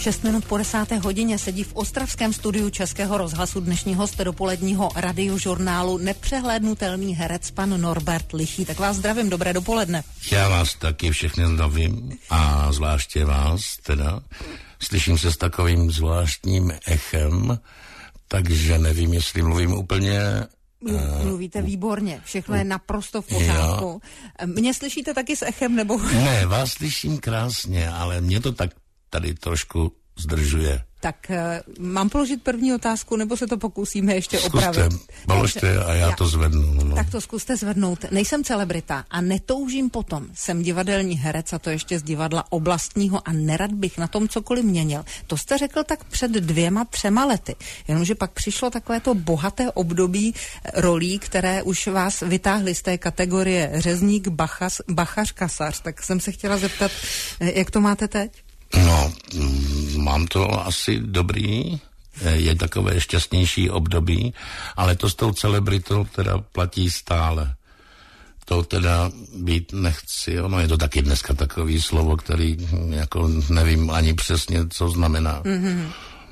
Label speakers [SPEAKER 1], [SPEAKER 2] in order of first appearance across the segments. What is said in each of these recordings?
[SPEAKER 1] 6 minut po 10. hodině sedí v ostravském studiu Českého rozhlasu dnešní host dopoledního radiožurnálu nepřehlédnutelný herec pan Norbert Lichý. Tak vás zdravím, dobré dopoledne.
[SPEAKER 2] Já vás taky všechny zdravím a zvláště vás teda. Slyším se s takovým zvláštním echem, takže nevím, jestli mluvím úplně...
[SPEAKER 1] Mluvíte výborně, všechno je naprosto v pořádku. Mě slyšíte taky s echem, nebo...
[SPEAKER 2] Ne, vás slyším krásně, ale mě to tak tady trošku zdržuje.
[SPEAKER 1] Tak mám položit první otázku, nebo se to pokusíme ještě opravit?
[SPEAKER 2] Zkuste, položte a já to zvednu. No.
[SPEAKER 1] Tak to zkuste zvednout. Nejsem celebrita a netoužím potom. Jsem divadelní herec a to ještě z divadla oblastního a nerad bych na tom cokoliv měnil. To jste řekl tak před 2-3 lety. Jenomže pak přišlo takové to bohaté období rolí, které už vás vytáhly z té kategorie řezník, bachař, kasař. Tak jsem se chtěla zeptat, jak to máte teď?
[SPEAKER 2] No, mám to asi dobrý, je takové šťastnější období, ale to s tou celebritou teda platí stále. To teda být nechci, ono je to taky dneska takový slovo, který jako nevím ani přesně, co znamená. Mm-hmm.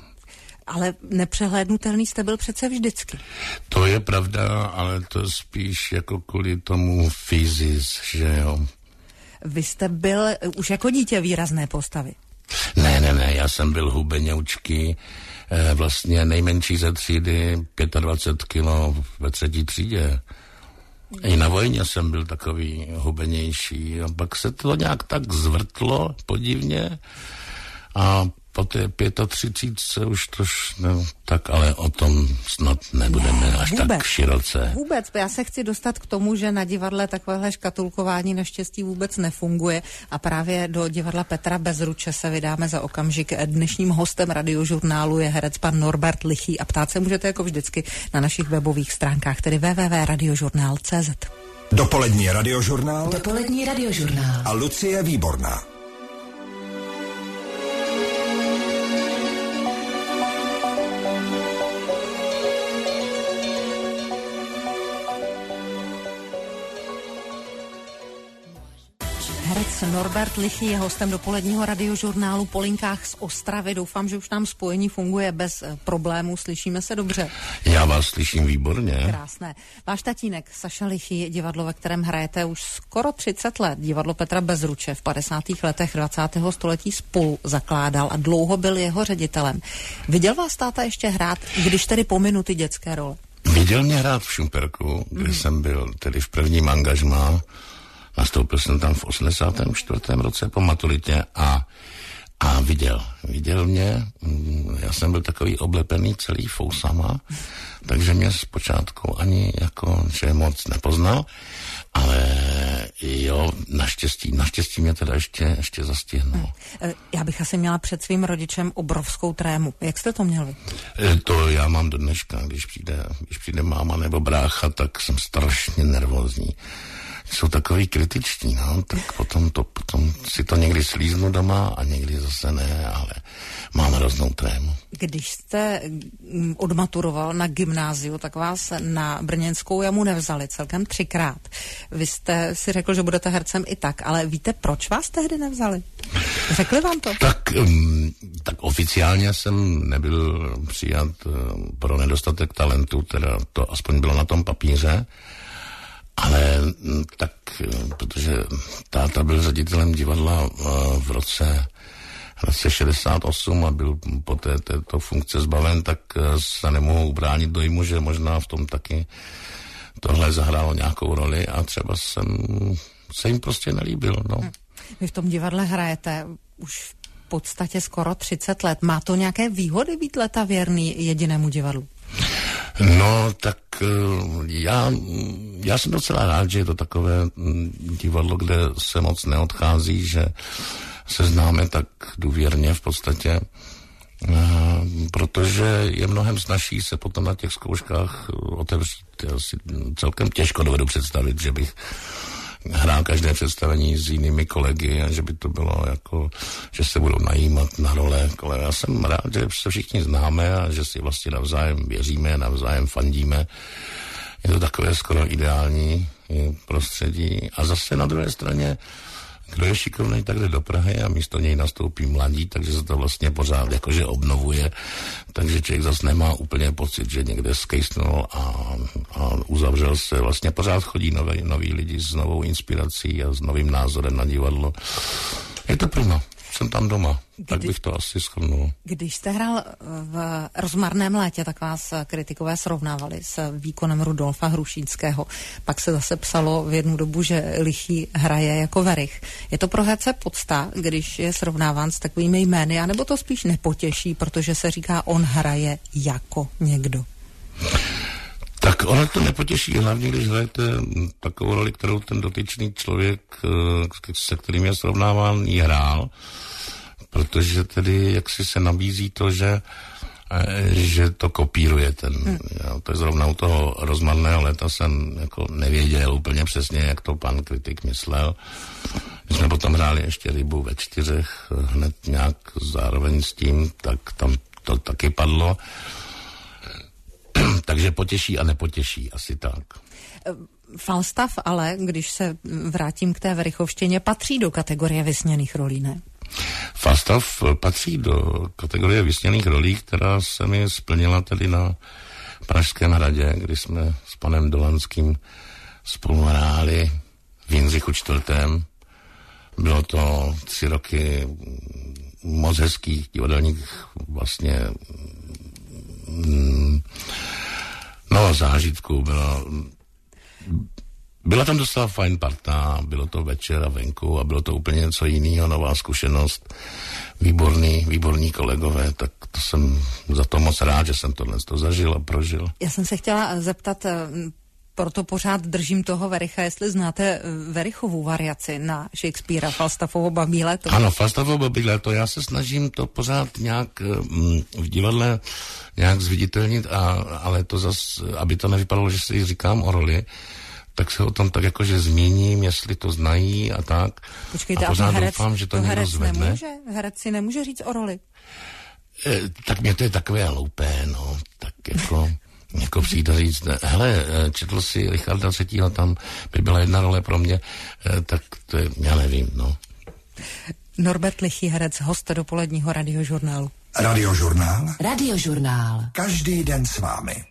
[SPEAKER 1] Ale nepřehlédnutelný jste byl přece vždycky.
[SPEAKER 2] To je pravda, ale to spíš jako kvůli tomu fyzis, že jo. Vy
[SPEAKER 1] jste byl už jako dítě výrazné postavy.
[SPEAKER 2] Ne, já jsem byl hubeňoučký, vlastně nejmenší ze třídy, 25 kilo ve 3. třídě. I na vojně jsem byl takový hubenější a pak se to nějak tak zvrtlo podivně a po té 35 už to tak, ale o tom snad nebudeme až vůbec, tak široce.
[SPEAKER 1] Vůbec, já se chci dostat k tomu, že na divadle takovéhle škatulkování naštěstí vůbec nefunguje a právě do divadla Petra Bezruče se vydáme za okamžik. Dnešním hostem radiožurnálu je herec pan Norbert Lichý a ptát se můžete jako vždycky na našich webových stránkách, tedy www.radiožurnál.cz.
[SPEAKER 3] Dopolední radiožurnál.
[SPEAKER 4] Dopolední radiožurnál.
[SPEAKER 3] A Lucie Výborná.
[SPEAKER 1] Herec Norbert Lichý je hostem dopoledního radiožurnálu po linkách z Ostravy. Doufám, že už nám spojení funguje bez problémů. Slyšíme se dobře?
[SPEAKER 2] Já vás slyším výborně.
[SPEAKER 1] Krásné. Váš tatínek Saša Lichý, divadlo, ve kterém hrajete už skoro 30 let, divadlo Petra Bezruče v 50. letech 20. století spolu zakládal a dlouho byl jeho ředitelem. Viděl vás táta ještě hrát, když tedy pominu ty dětské role?
[SPEAKER 2] Viděl mě hrát v Šumperku, kde jsem byl tedy v prvním angažmá. Nastoupil jsem tam v 84. roce po maturitě a viděl mě, já jsem byl takový oblepený celý fousama, takže mě zpočátku ani jako, že moc nepoznal, ale jo, naštěstí mě teda ještě zastihnul.
[SPEAKER 1] Já bych asi měla před svým rodičem obrovskou trému. Jak jste to měl vy?
[SPEAKER 2] To já mám do dneška, když přijde máma nebo brácha, tak jsem strašně nervózní. Jsou takový kritičtí, no, tak potom si to někdy slíznu doma a někdy zase ne, ale mám hroznou trému.
[SPEAKER 1] Když jste odmaturoval na gymnáziu, tak vás na Brněnskou jamu nevzali celkem 3krát. Vy jste si řekl, že budete hercem i tak, ale víte, proč vás tehdy nevzali? Řekli vám to?
[SPEAKER 2] Tak oficiálně jsem nebyl přijat pro nedostatek talentu, teda to aspoň bylo na tom papíře. Ale tak, protože táta byl ředitelem divadla v roce 68 a byl po této funkce zbaven, tak se nemohu bránit dojmu, že možná v tom taky tohle zahrálo nějakou roli a třeba se jim prostě nelíbil, no.
[SPEAKER 1] Vy v tom divadle hrajete už v podstatě skoro 30 let. Má to nějaké výhody být leta věrný jedinému divadlu?
[SPEAKER 2] No, tak já jsem docela rád, že je to takové divadlo, kde se moc neodchází, že se známe tak důvěrně v podstatě, protože je mnohem snazší se potom na těch zkouškách otevřít. Já si celkem těžko dovedu představit, že bych hrál každé představení s jinými kolegy a že by to bylo jako, že se budou najímat na role. Já jsem rád, že se všichni známe a že si vlastně navzájem věříme, navzájem fandíme. Je to takové skoro ideální prostředí. A zase na druhé straně kdo je šikovnej, tak jde do Prahy a místo něj nastoupí mladí, takže se to vlastně pořád jakože obnovuje, takže člověk zase nemá úplně pocit, že někde skejsnul a uzavřel se. Vlastně pořád chodí noví lidi s novou inspirací a s novým názorem na divadlo. Je to prima. Jsem tam doma, tak bych to asi shrnul.
[SPEAKER 1] Když jste hrál v Rozmarném létě, tak vás kritikové srovnávali s výkonem Rudolfa Hrušínského. Pak se zase psalo v jednu dobu, že Lichý hraje jako Werich. Je to pro herce podsta, když je srovnáván s takovými jmény, anebo to spíš nepotěší, protože se říká, on hraje jako někdo?
[SPEAKER 2] Tak ono to nepotěší, hlavně když hrajete takovou roli, kterou ten dotyčný člověk, se kterým je srovnáván, jí hrál, protože tedy jaksi se nabízí to, že to kopíruje to je zrovna u toho Rozmarného léta jsem jako nevěděl úplně přesně, jak to pan kritik myslel. My jsme potom hráli ještě Rybu ve 4, hned nějak zároveň s tím, tak tam to taky padlo. Takže potěší a nepotěší, asi tak.
[SPEAKER 1] Falstaff ale, když se vrátím k té Werichovštině, patří do kategorie vysněných rolí, ne?
[SPEAKER 2] Falstaff patří do kategorie vysněných rolí, která se mi splnila tedy na Pražském hradě, kdy jsme s panem Dolanským spolu hráli v Jindřichu IV. Bylo to 3 roky moc hezkých divadelních vlastně zážitků. Byla tam docela fajn parta, bylo to večer a venku a bylo to úplně něco jiného, nová zkušenost, výborní kolegové, tak to jsem za to moc rád, že jsem tohle zažil a prožil.
[SPEAKER 1] Já jsem se chtěla zeptat, proto pořád držím toho Wericha, jestli znáte Werichovu variaci na Shakespearea, Falstaffovo Babí léto.
[SPEAKER 2] Ano, Falstaffovo Babí léto, já se snažím to pořád nějak v divadle nějak zviditelnit, ale to zas, aby to nevypadalo, že si říkám o roli, tak se o tom tak jakože zmíním, jestli to znají a tak.
[SPEAKER 1] Počkejte,
[SPEAKER 2] a pořád
[SPEAKER 1] herec,
[SPEAKER 2] doufám, že to někdo zvedne.
[SPEAKER 1] Nemůže? Herec si nemůže říct o roli?
[SPEAKER 2] Tak mě to je takové hloupé, no, tak jako přijde říct, hele, četl si Richarda III., tam by byla jedna role pro mě, tak to je, já nevím, no.
[SPEAKER 1] Norbert Lichý, herec, host dopoledního radiožurnálu.
[SPEAKER 3] Radiožurnál?
[SPEAKER 4] Radiožurnál.
[SPEAKER 3] Každý den s vámi.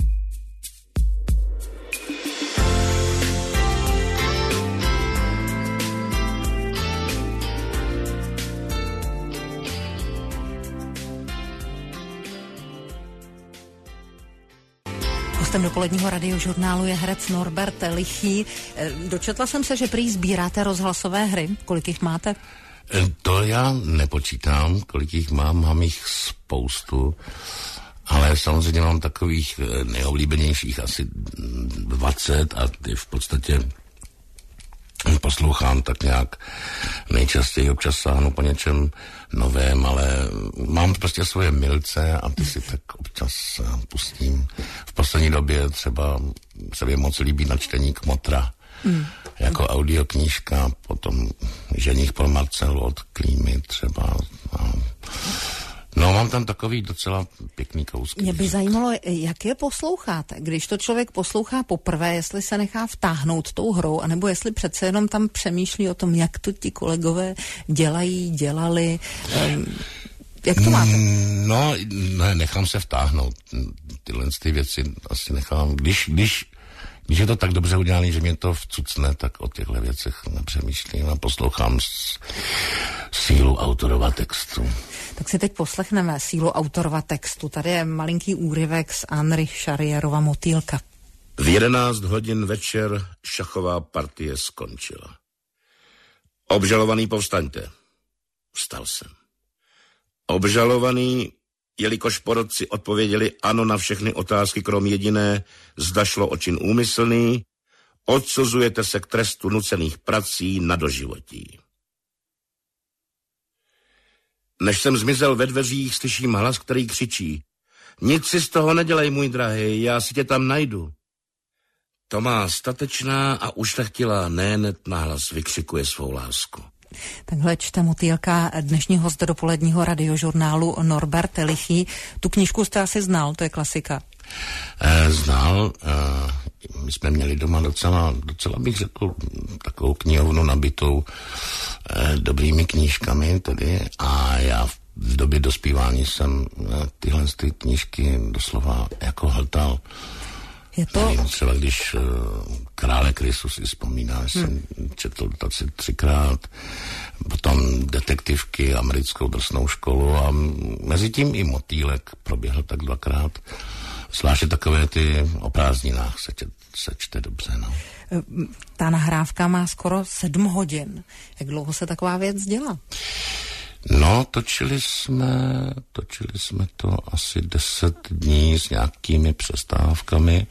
[SPEAKER 1] Hostem dopoledního radiožurnálu je herec Norbert Lichý. Dočetla jsem se, že prý sbíráte rozhlasové hry. Kolik jich máte?
[SPEAKER 2] To já nepočítám, kolik jich mám jich spoustu, ale samozřejmě mám takových nejoblíbenějších asi 20 a ty v podstatě poslouchám tak nějak nejčastěji, občas sáhnu po něčem novém, ale mám prostě svoje milce a ty si tak občas pustím. V poslední době třeba se mi moc líbí načtení Kmotra, jako audioknížka, potom Ženích pro Marcelu od Klímy třeba. No, mám tam takový docela pěkný kousky.
[SPEAKER 1] Mě by zajímalo, jak je posloucháte, když to člověk poslouchá poprvé, jestli se nechá vtáhnout tou hrou, anebo jestli přece jenom tam přemýšlí o tom, jak to ti kolegové dělali. Jak to máte?
[SPEAKER 2] No, ne, nechám se vtáhnout. Tyhle ty věci asi nechám. Když je to tak dobře udělané, že mě to vcucne, tak o těchto věcech nepřemýšlím a poslouchám sílu autorova textu.
[SPEAKER 1] Tak si teď poslechneme sílu autorova textu. Tady je malinký úryvek z Anrich Šarierova Motýlka.
[SPEAKER 2] V 11 hodin večer šachová partie skončila. Obžalovaný, povstaňte. Vstal jsem. Obžalovaný, jelikož porotci odpověděli ano na všechny otázky, krom jediné, zda šlo o čin úmyslný, odsuzujete se k trestu nucených prací na doživotí. Než jsem zmizel ve dveřích, slyším hlas, který křičí: Nic si z toho nedělej, můj drahý, já si tě tam najdu. To má statečná a ušlechtilá nénet nahlas vykřikuje svou lásku.
[SPEAKER 1] Takhle čte Motýlka dnešní host dopoledního radiožurnálu Norbert Lichý. Tu knížku jste asi znal, to je klasika.
[SPEAKER 2] Znal, my jsme měli doma docela bych řekl, takovou knihovnu nabitou dobrými knížkami tedy a já v době dospívání jsem tyhle knížky doslova jako hltal.
[SPEAKER 1] Je to...
[SPEAKER 2] Nevím, třeba když Krále Krysu si vzpomíná, jsem četl asi 3krát, potom detektivky, Americkou drsnou školu a mezi tím i Motýlek proběhl tak 2krát. Zvláště takové ty o prázdninách se čte dobře, no.
[SPEAKER 1] Ta nahrávka má skoro 7 hodin. Jak dlouho se taková věc dělá?
[SPEAKER 2] No, točili jsme to asi 10 dní s nějakými přestávkami.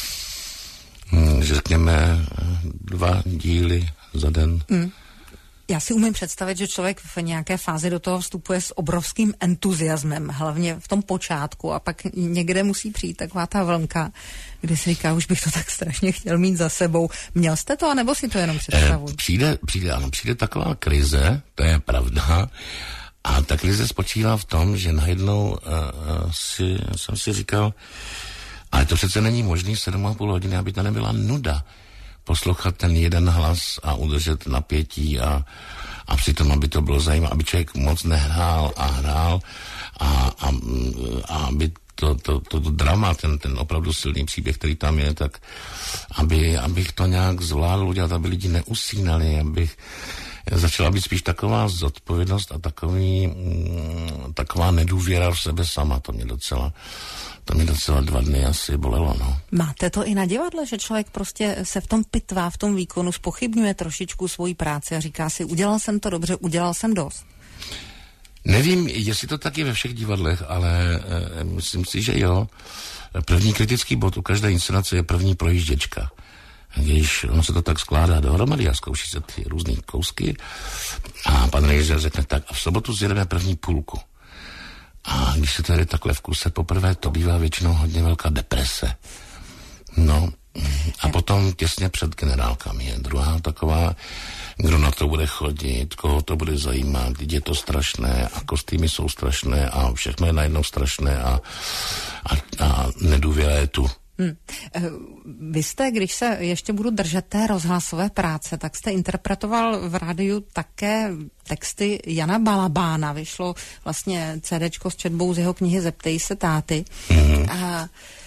[SPEAKER 2] Řekněme 2 díly za den.
[SPEAKER 1] Já si umím představit, že člověk v nějaké fázi do toho vstupuje s obrovským entuziasmem, hlavně v tom počátku a pak někde musí přijít taková ta vlnka, kdy si říká, už bych to tak strašně chtěl mít za sebou. Měl jste to, anebo si to jenom představuji?
[SPEAKER 2] Přijde taková krize, to je pravda, a ta krize spočívá v tom, že najednou jsem si říkal, ale to přece není možný 7,5 hodiny, aby to nebyla nuda. Poslouchat ten jeden hlas a udržet napětí a přitom, aby to bylo zajímavé, aby člověk moc nehrál a hrál a aby to drama, ten opravdu silný příběh, který tam je, tak abych to nějak zvládl udělat, aby lidi neusínali, abych začala být spíš taková zodpovědnost a taková nedůvěra v sebe sama. To mě docela 2 dny asi bolelo, no.
[SPEAKER 1] Máte to i na divadle, že člověk prostě se v tom pitvá, v tom výkonu, zpochybňuje trošičku svoji práci a říká si, udělal jsem to dobře, udělal jsem dost?
[SPEAKER 2] Nevím, jestli to taky ve všech divadlech, ale myslím si, že jo. První kritický bod u každé inscenace je první projížděčka. Když ono se to tak skládá dohromady a zkouší se ty různý kousky a pan režisér řekne tak a v sobotu zjedeme první půlku. A když se to jde takhle v kuse poprvé, to bývá většinou hodně velká deprese. No a potom těsně před generálkami je druhá taková, kdo na to bude chodit, koho to bude zajímat, je to strašné a kostýmy jsou strašné a všechno je najednou strašné a nedůvěra je tu.
[SPEAKER 1] Vy jste, když se ještě budu držet té rozhlasové práce, tak jste interpretoval v rádiu také texty Jana Balabána. Vyšlo vlastně CDčko s četbou z jeho knihy Zeptej se táty. A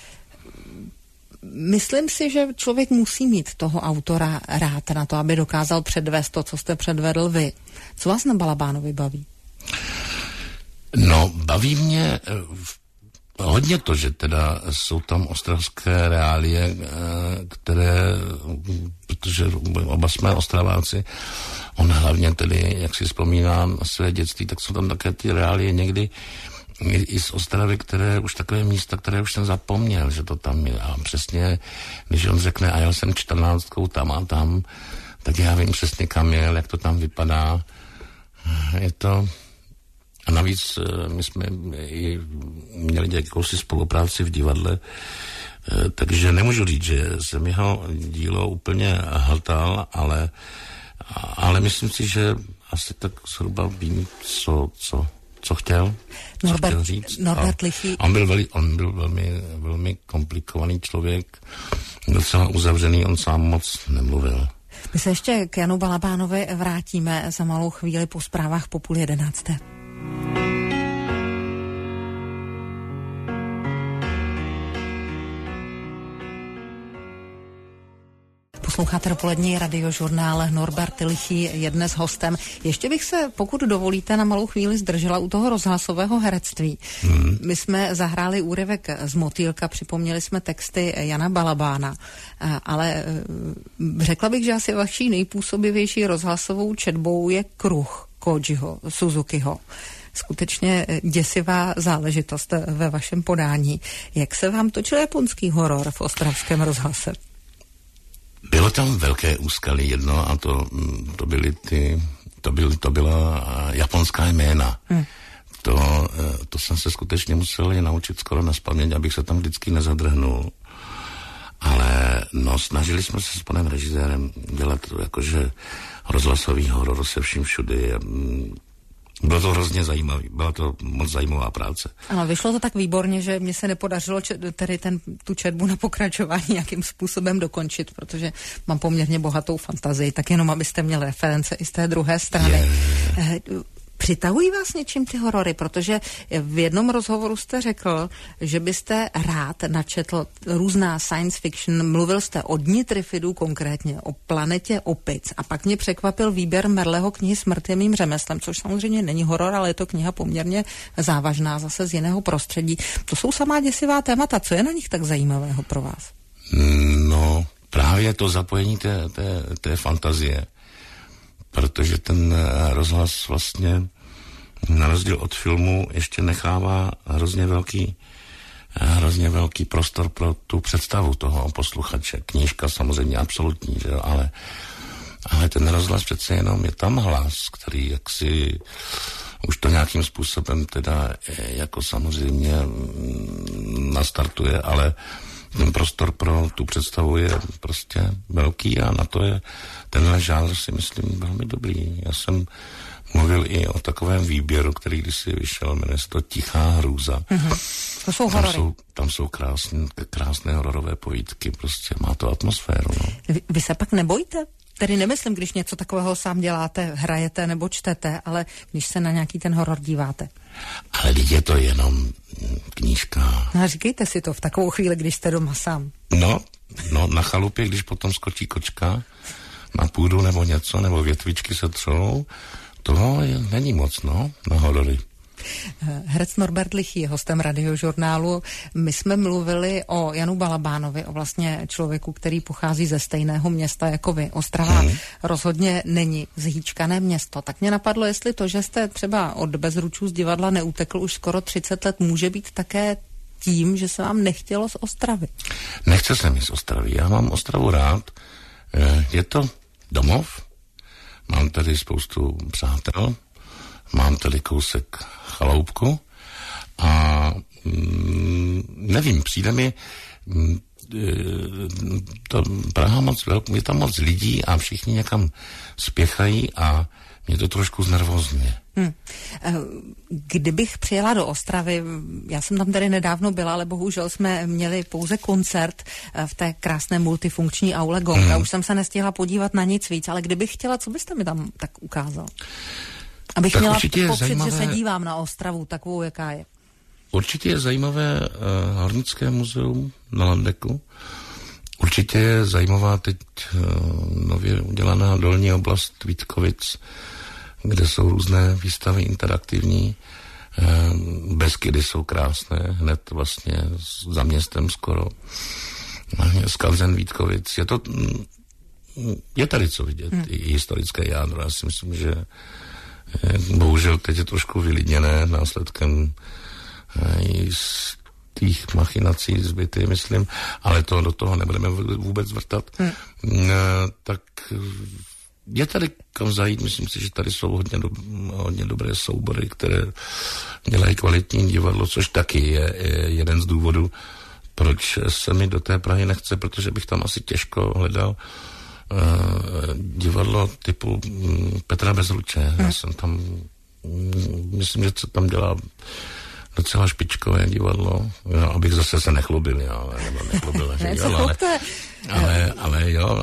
[SPEAKER 1] myslím si, že člověk musí mít toho autora rád na to, aby dokázal předvést to, co jste předvedl vy. Co vás na Balabánovi baví?
[SPEAKER 2] No, baví mě hodně to, že teda jsou tam ostravské reálie, které, protože oba jsme Ostraváci, on hlavně tedy, jak si vzpomíná na své dětství, tak jsou tam také ty reálie někdy i z Ostravy, které už takové místa, které už jsem zapomněl, že to tam je. A přesně, když on řekne, a jel jsem 14 tam a tam, tak já vím přesně, kam jel, jak to tam vypadá. Je to... A navíc my jsme i měli jakousi spolupráci v divadle, takže nemůžu říct, že jsem jeho dílo úplně hltal, ale myslím si, že asi tak zhruba vím, co chtěl říct.
[SPEAKER 1] Norbert Lichý.
[SPEAKER 2] On byl velmi komplikovaný člověk, docela uzavřený, on sám moc nemluvil.
[SPEAKER 1] My se ještě k Janu Balabánovi vrátíme za malou chvíli po zprávách po 10:30. Posloucháte dopolední radiožurnál. Norbert Lichý je dnes hostem. Ještě bych se, pokud dovolíte, na malou chvíli zdržela u toho rozhlasového herectví. My jsme zahráli úryvek z Motýlka, připomněli jsme texty Jana Balabána, ale řekla bych, že asi vaší nejpůsobivější rozhlasovou četbou je Kruh Kōjiho Suzukiho. Skutečně děsivá záležitost ve vašem podání. Jak se vám točil japonský horor v ostravském rozhlase?
[SPEAKER 2] Bylo tam velké úskalí jedno a to byla japonská jména. To jsem se skutečně musel naučit skoro nazpaměť, abych se tam vždycky nezadrhnul. Ale no, snažili jsme se s panem režisérem dělat jakože rozhlasový horor se vším všudy. Bylo to hrozně zajímavé, byla to moc zajímavá práce.
[SPEAKER 1] Ano, vyšlo to tak výborně, že mně se nepodařilo tedy tu četbu na pokračování nějakým způsobem dokončit, protože mám poměrně bohatou fantazii, tak jenom abyste měli reference i z té druhé strany. Přitahují vás něčím ty horory, protože v jednom rozhovoru jste řekl, že byste rád načetl různá science fiction, mluvil jste o Dni Trifidů konkrétně, o planetě opic a pak mě překvapil výběr Merleho knihy Smrt je mým řemeslem, což samozřejmě není horor, ale je to kniha poměrně závažná, zase z jiného prostředí. To jsou samá děsivá témata, co je na nich tak zajímavého pro vás?
[SPEAKER 2] No, právě to zapojení té fantazie. Protože ten rozhlas vlastně na rozdíl od filmu ještě nechává hrozně velký prostor pro tu představu toho posluchače. Knížka samozřejmě absolutní, že jo? Ale ten rozhlas přece jenom je tam hlas, který jaksi už to nějakým způsobem teda jako samozřejmě nastartuje, ale ten prostor pro tu představu je prostě velký a na to je tenhle žánr, si myslím, velmi dobrý. Já jsem mluvil i o takovém výběru, který kdysi vyšel, jmenuje se to Tichá hrůza.
[SPEAKER 1] Mm-hmm. To jsou horory.
[SPEAKER 2] Tam jsou krásné hororové povídky, prostě má to atmosféru. No.
[SPEAKER 1] Vy se pak nebojíte? Tedy nemyslím, když něco takového sám děláte, hrajete nebo čtete, ale když se na nějaký ten horor díváte.
[SPEAKER 2] Ale je to jenom knížka.
[SPEAKER 1] No a říkejte si to v takovou chvíli, když jste doma sám.
[SPEAKER 2] No, na chalupě, když potom skočí kočka na půdu nebo něco, nebo větvičky se třou, toho není moc, na horory.
[SPEAKER 1] Herec Norbert Lichý je hostem Radiožurnálu. My jsme mluvili o Janu Balabánovi, o vlastně člověku, který pochází ze stejného města jako vy. Ostrava rozhodně není zhýčkané město. Tak mě napadlo, jestli to, že jste třeba od Bezručů z divadla neutekl už skoro 30 let, může být také tím, že se vám nechtělo z Ostravy.
[SPEAKER 2] Nechce se mi z Ostravy. Já mám Ostravu rád. Je to domov. Mám tady spoustu přátel. Mám tady kousek chaloupku a nevím, přijde mi to Praha moc velká, je tam moc lidí a všichni někam spěchají a mě to trošku znervozňuje.
[SPEAKER 1] Kdybych přijela do Ostravy, já jsem tam tady nedávno byla, ale bohužel jsme měli pouze koncert v té krásné multifunkční aule Gonga. Už jsem se nestihla podívat na nic víc, ale kdybych chtěla, co byste mi tam tak ukázal? Abych tak měla pocit, zajímavé, že se dívám na Ostravu takovou, jaká je.
[SPEAKER 2] Určitě je zajímavé Hornické muzeum na Landeku. Určitě je zajímavá teď nově udělaná dolní oblast Vítkovic, kde jsou různé výstavy interaktivní. Beskydy jsou krásné, hned vlastně za městem skoro. Skalzen Vítkovic. Je tady co vidět, i historické jádro. Já si myslím, že bohužel teď je trošku vylidněné následkem i z těch machinací zbyty, myslím, ale to do toho nebudeme vůbec vrtat. Tak je tady kam zajít, myslím si, že tady jsou hodně dobré soubory, které dělají kvalitní divadlo, což taky je jeden z důvodů, proč se mi do té Prahy nechce, protože bych tam asi těžko hledal divadlo typu Petra Bezruče. Já jsem tam, myslím, že se tam dělá docela špičkové divadlo, abych zase se nechlubil, ale jo,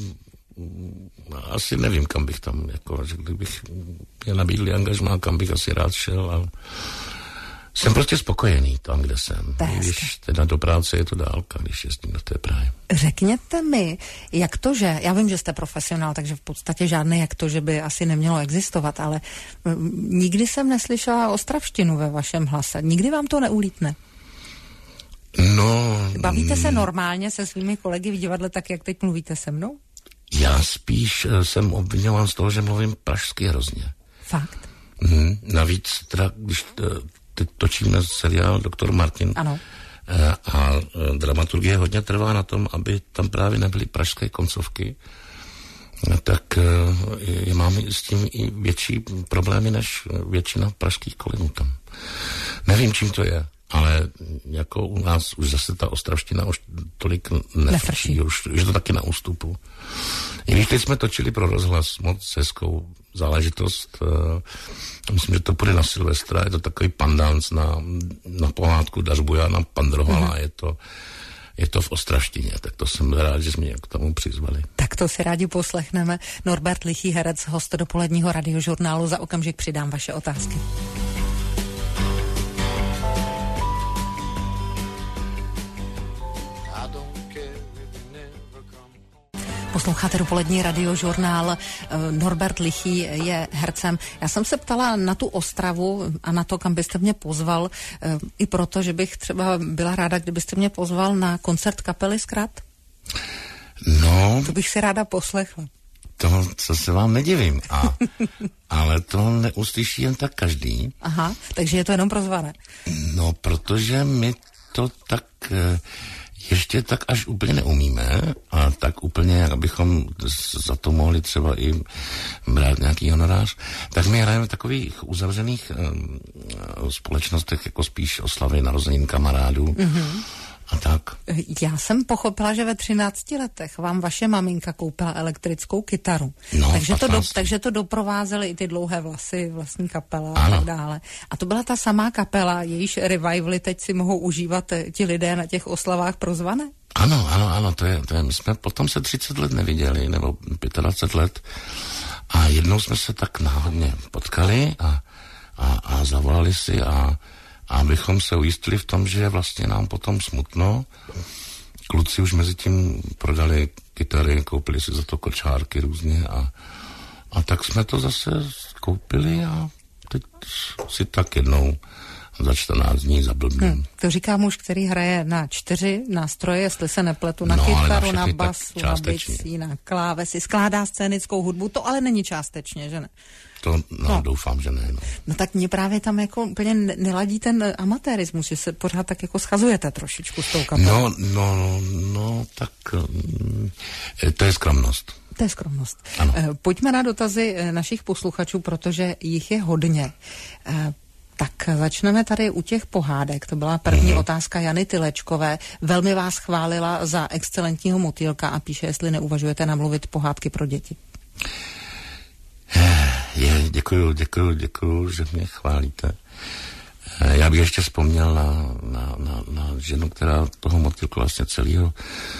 [SPEAKER 2] asi nevím, kam bych tam, jako, že kdybych mě nabídli angažmá, kam bych asi rád šel, ale jsem prostě spokojený tam, kde jsem. Když teda do práce je to dálka, když jezdím do té Prahy.
[SPEAKER 1] Řekněte mi, jak to, že, já vím, že jste profesionál, takže v podstatě žádné jak to, že by asi nemělo existovat, ale nikdy jsem neslyšela ostravštinu ve vašem hlase. Nikdy vám to neulítne?
[SPEAKER 2] No...
[SPEAKER 1] Bavíte se normálně se svými kolegy v divadle tak, jak teď mluvíte se mnou?
[SPEAKER 2] Já spíš jsem obviňován z toho, že mluvím pražsky hrozně.
[SPEAKER 1] Fakt?
[SPEAKER 2] Navíc, teda, když teď točíme seriál Doktor Martin.
[SPEAKER 1] Ano.
[SPEAKER 2] A dramaturgie hodně trvá na tom, aby tam právě nebyly pražské koncovky, tak mám s tím i větší problémy než většina pražských kolegů tam. Nevím, čím to je. ale jako u nás už zase ta ostravština už tolik nefrčí, už je to taky na ústupu. I když teď jsme točili pro rozhlas moc hezkou záležitost, myslím, že to půjde na Silvestra, je to takový pandánc na pohádku Dařbujana Pandrovala, je to v ostravštině, tak to jsem rád, že jsme mě k tomu přizvali.
[SPEAKER 1] Tak to si rádi poslechneme. Norbert Lichý, herec, host dopoledního radiožurnálu. Za okamžik přidám vaše otázky. Posloucháte dopolední radiožurnál. Norbert Lichý je hercem. Já jsem se ptala na tu Ostravu a na to, kam byste mě pozval, i proto, že bych třeba byla ráda, kdybyste mě pozval na koncert kapely Zkrat.
[SPEAKER 2] No.
[SPEAKER 1] To bych si ráda poslechla.
[SPEAKER 2] To, co se vám nedivím. Ale to neuslyší jen tak každý.
[SPEAKER 1] Aha, takže je to jenom pro zvané.
[SPEAKER 2] No, protože my to tak... ještě tak až úplně neumíme a tak úplně, abychom za to mohli třeba i brát nějaký honorář, tak my hrajeme v takových uzavřených společnostech, jako spíš oslavy narozenin kamarádů. Mm-hmm. A tak.
[SPEAKER 1] Já jsem pochopila, že ve 13 letech vám vaše maminka koupila elektrickou kytaru.
[SPEAKER 2] No,
[SPEAKER 1] takže to doprovázely i ty dlouhé vlasy, vlastní kapela a tak dále. A to byla ta samá kapela, jejíž revivaly teď si mohou užívat ti lidé na těch oslavách pro zvané?
[SPEAKER 2] Ano, to je, my jsme potom se 30 let neviděli, nebo 25 let. A jednou jsme se tak náhodně potkali a zavolali si a abychom se ujistili v tom, že vlastně nám potom smutno. Kluci už mezi tím prodali kytary, koupili si za to kočárky různě a tak jsme to zase koupili a teď si tak jednou za 14 dní zablbním.
[SPEAKER 1] To říká muž, který hraje na 4 nástroje, jestli se nepletu, na kytaru, na basu, na bicí, na klávesi, skládá scénickou hudbu, to ale není částečně, že ne?
[SPEAKER 2] To doufám, že ne.
[SPEAKER 1] No tak mě právě tam jako úplně neladí ten amatérismus, že se pořád tak jako schazujete trošičku s tou kapelou.
[SPEAKER 2] No, tak to je skromnost.
[SPEAKER 1] To je skromnost.
[SPEAKER 2] Ano.
[SPEAKER 1] Pojďme na dotazy našich posluchačů, protože jich je hodně. Tak začneme tady u těch pohádek. To byla první otázka Jany Tylečkové. Velmi vás chválila za excelentního motýlka a píše, jestli neuvažujete namluvit pohádky pro děti. Děkuju, že mě chválíte. Já bych ještě vzpomněl na ženu, která toho motýlku vlastně celého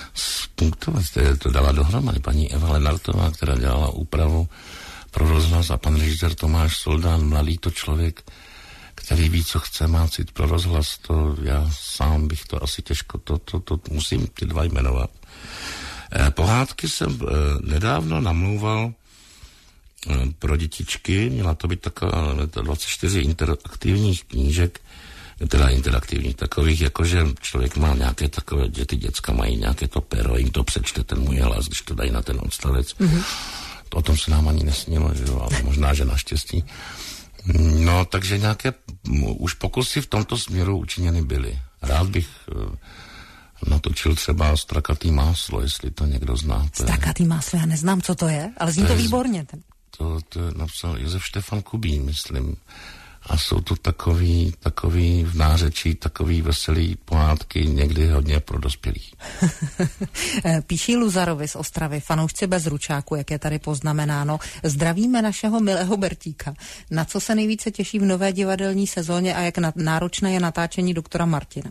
[SPEAKER 1] to dala dohromady. Paní Eva Lenartová, která dělala úpravu pro rozhlas a pan režisér Tomáš Soldán, mladý to člověk, který ví, co chce, má cit pro rozhlas, to já sám bych to asi těžko, to musím ty dva jmenovat. Pohádky jsem nedávno namlouval pro dětičky, měla to být taková 24 interaktivních knížek, teda interaktivních takových, jakože člověk má nějaké takové, ty děcka mají nějaké to pero, jim to přečte ten můj hlas, když to dají na ten odstavec. Mm-hmm. O tom se nám ani nesnilo, že jo, ale možná, že naštěstí. No, takže nějaké už pokusy v tomto směru učiněny byly. Rád bych natočil třeba Strakatý máslo, jestli to někdo zná. Strakatý máslo, já neznám, co to je, ale zní to výborně.
[SPEAKER 2] To napsal Josef Štefan Kubín, myslím. A jsou to takový v nářečí, takový veselý pohádky, někdy hodně pro dospělých.
[SPEAKER 1] Píší Luzarovi z Ostravy, fanoušci bez ručáku, jak je tady poznamenáno. Zdravíme našeho milého Bertíka. Na co se nejvíce těší v nové divadelní sezóně a jak náročné je natáčení doktora Martina?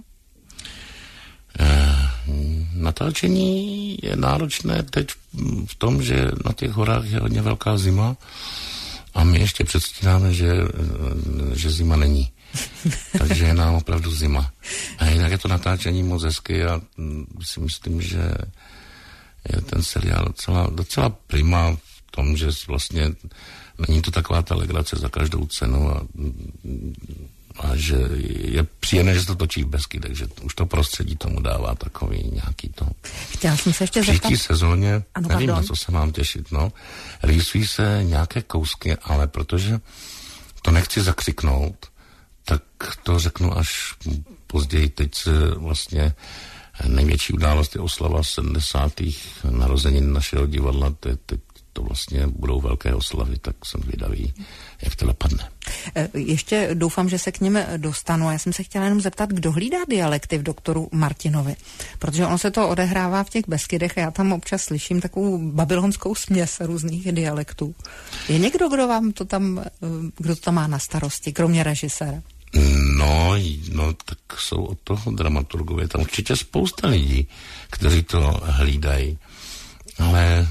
[SPEAKER 2] Natáčení je náročné teď v tom, že na těch horách je hodně velká zima a my ještě předstíráme, že zima není. Takže je nám opravdu zima. A jinak je to natáčení moc hezky a si myslím, že je ten seriál docela prima v tom, že vlastně není to taková ta legrace za každou cenu a že je příjemné, že se to točí v Besky, takže už to prostředí tomu dává takový nějaký to.
[SPEAKER 1] Chtěla jsem se ještě zeptat.
[SPEAKER 2] V příští sezóně, nevím, na co se mám těšit, rýsují se nějaké kousky, ale protože to nechci zakřiknout, tak to řeknu až později. Teď se vlastně největší událost je oslava 70. narozenin našeho divadla, teď to vlastně budou velké oslavy, tak jsem zvědavý, jak to dopadne.
[SPEAKER 1] Ještě doufám, že se k nim dostanu. Já jsem se chtěla jenom zeptat, kdo hlídá dialekty v doktoru Martinovi. Protože ono se to odehrává v těch Beskydech a já tam občas slyším takovou babylonskou směs různých dialektů. Je někdo, kdo to tam má na starosti, kromě režiséra?
[SPEAKER 2] No, tak jsou od toho dramaturgové. Tam určitě spousta lidí, kteří to hlídají. Ale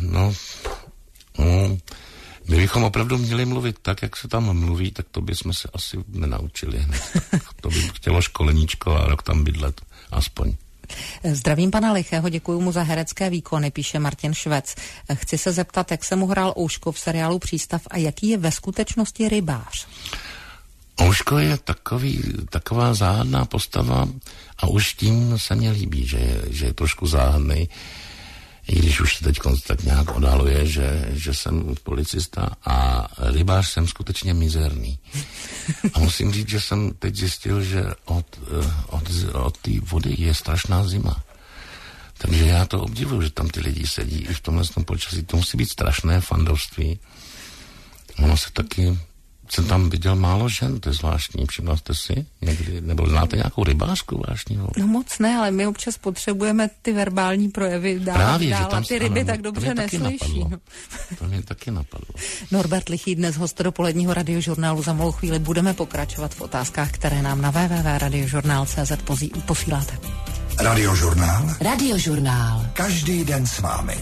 [SPEAKER 2] kdybychom opravdu měli mluvit tak, jak se tam mluví, tak to bychom se asi nenaučili hned. To by chtělo školeníčko a rok tam bydlet aspoň.
[SPEAKER 1] Zdravím pana Lichého, děkuji mu za herecké výkony, píše Martin Švec. Chci se zeptat, jak se mu hrál Ouško v seriálu Přístav a jaký je ve skutečnosti rybář?
[SPEAKER 2] Ouško je taková záhadná postava a už tím se mně líbí, že je trošku záhadný, i když už teď tak nějak odhaluje, že jsem policista a rybář jsem skutečně mizerný. A musím říct, že jsem teď zjistil, že od té vody je strašná zima. Takže já to obdivuju, že tam ty lidi sedí i v tomhle počasí. To musí být strašné fandovství. Ono se taky... Jsem tam viděl málo žen, to je zvláštní, všimla jste si někdy, nebo znáte nějakou rybářku vážního?
[SPEAKER 1] No moc ne, ale my občas potřebujeme ty verbální projevy dál a ty ryby tak dobře neslyší.
[SPEAKER 2] To mě taky napadlo.
[SPEAKER 1] Norbert Lichý, dnes host dopoledního radiožurnálu. Za malou chvíli budeme pokračovat v otázkách, které nám na www.radiožurnál.cz posíláte.
[SPEAKER 3] Radiožurnál?
[SPEAKER 4] Radiožurnál.
[SPEAKER 3] Každý den s vámi.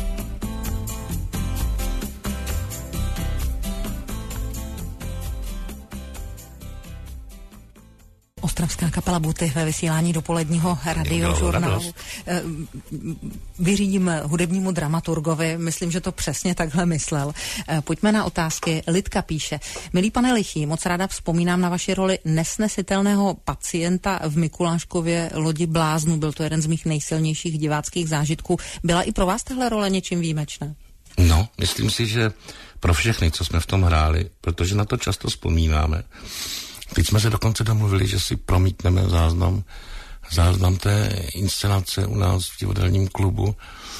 [SPEAKER 1] Ostravská kapela Buty ve vysílání dopoledního radiožurnálu. Vyřídím hudebnímu dramaturgovi, myslím, že to přesně takhle myslel. Pojďme na otázky. Lidka píše: Milý pane Lichý, moc ráda vzpomínám na vaši roli nesnesitelného pacienta v Mikuláškově Lodi bláznů. Byl to jeden z mých nejsilnějších diváckých zážitků. Byla i pro vás tahle role něčím výjimečná?
[SPEAKER 2] No, myslím si, že pro všechny, co jsme v tom hráli, protože na to často vzpomínáme. Teď jsme se dokonce domluvili, že si promítneme záznam té inscenace u nás v divadelním klubu.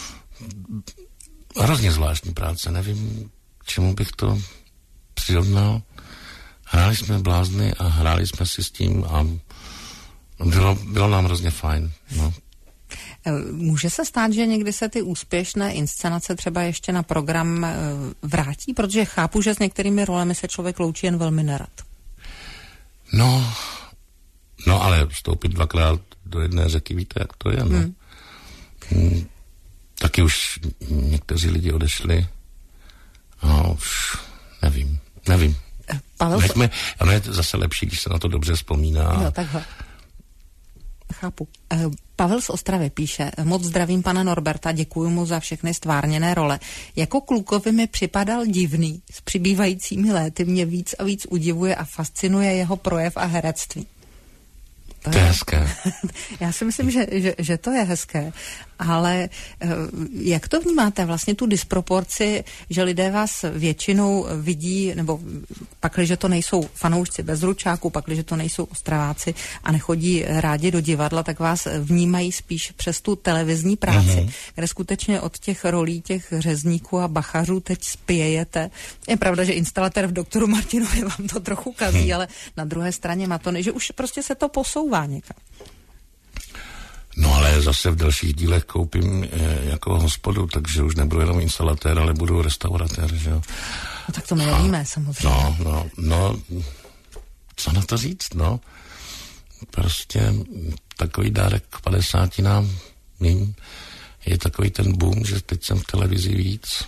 [SPEAKER 2] Hrozně zvláštní práce, nevím, k čemu bych to přirovnal. Hráli jsme blázny a hráli jsme si s tím a bylo nám hrozně fajn. No.
[SPEAKER 1] Může se stát, že někdy se ty úspěšné inscenace třeba ještě na program vrátí? Protože chápu, že s některými rolemi se člověk loučí jen velmi nerad.
[SPEAKER 2] No, ale vstoupit dvakrát do jedné řeky, víte, jak to je, no. Taky už někteří lidi odešli a už nevím. Ono je zase lepší, když se na to dobře vzpomíná.
[SPEAKER 1] Jo, takhle. Chápu. Pavel z Ostravy píše: Moc zdravím pana Norberta, děkuji mu za všechny stvárněné role. Jako klukovi mi připadal divný, s přibývajícími léty mě víc a víc udivuje a fascinuje jeho projev a herectví.
[SPEAKER 2] To je hezké.
[SPEAKER 1] Já si myslím, že to je hezké, ale jak to vnímáte vlastně tu disproporci, že lidé vás většinou vidí, nebo pakliže to nejsou fanoušci Bezručáků, pakliže to nejsou Ostraváci a nechodí rádi do divadla, tak vás vnímají spíš přes tu televizní práci, kde skutečně od těch rolí těch řezníků a bachařů teď spějete. Je pravda, že instalatér v doktoru Martinovi vám to trochu kazí, ale na druhé straně má to, že už prostě se to posouvá někam.
[SPEAKER 2] No ale zase v dalších dílech koupím jako hospodu, takže už nebudu jenom instalatér, ale budu restauratér, že jo.
[SPEAKER 1] No tak to my nevíme, samozřejmě.
[SPEAKER 2] No, co na to říct, no. Prostě takový dárek k 50 mým je takový ten boom, že teď jsem v televizi víc.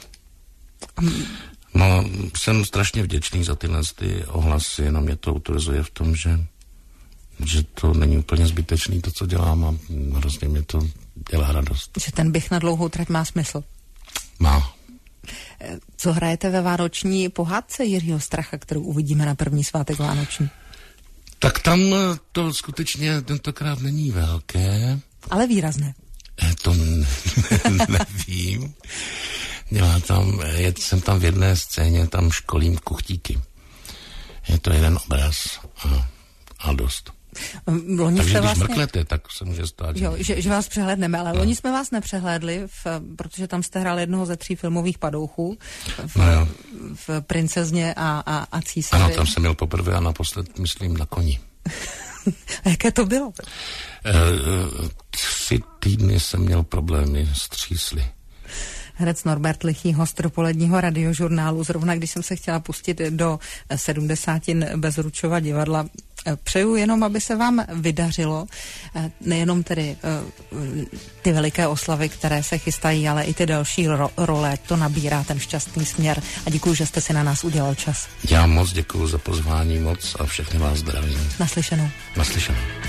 [SPEAKER 2] No, jsem strašně vděčný za tyhle ohlasy, jenom mě to utvrzuje v tom, že to není úplně zbytečný, to, co dělám, a hrozně mě to dělá radost.
[SPEAKER 1] Že ten běh na dlouhou trať má smysl.
[SPEAKER 2] Má.
[SPEAKER 1] Co hrajete ve vánoční pohádce Jiřího Stracha, kterou uvidíme na první svátek vánoční?
[SPEAKER 2] Tak tam to skutečně tentokrát není velké.
[SPEAKER 1] Ale výrazné.
[SPEAKER 2] To nevím. Jsem tam v jedné scéně, tam školím kuchtíky. Je to jeden obraz a dost. Takže když mrknete, tak se může stát.
[SPEAKER 1] Jo, že vás přehlédneme, ale loni jsme vás nepřehlédli, protože tam jste hrál jednoho ze 3 filmových padouchů v Princezně a Císaři.
[SPEAKER 2] Ano, tam jsem měl poprvé a naposled, myslím, na koni.
[SPEAKER 1] A jaké to bylo?
[SPEAKER 2] 3 týdny jsem měl problémy s třísly.
[SPEAKER 1] Herec Norbert Lichý, host dopoledního radiožurnálu. Zrovna když jsem se chtěla pustit do 70 Bezručova divadla, přeju jenom, aby se vám vydařilo, nejenom tedy ty veliké oslavy, které se chystají, ale i ty další role, to nabírá ten šťastný směr. A děkuji, že jste si na nás udělal čas.
[SPEAKER 2] Já moc děkuji za pozvání, moc a všechny vás zdravím.
[SPEAKER 1] Naslyšenou.
[SPEAKER 2] Naslyšenou.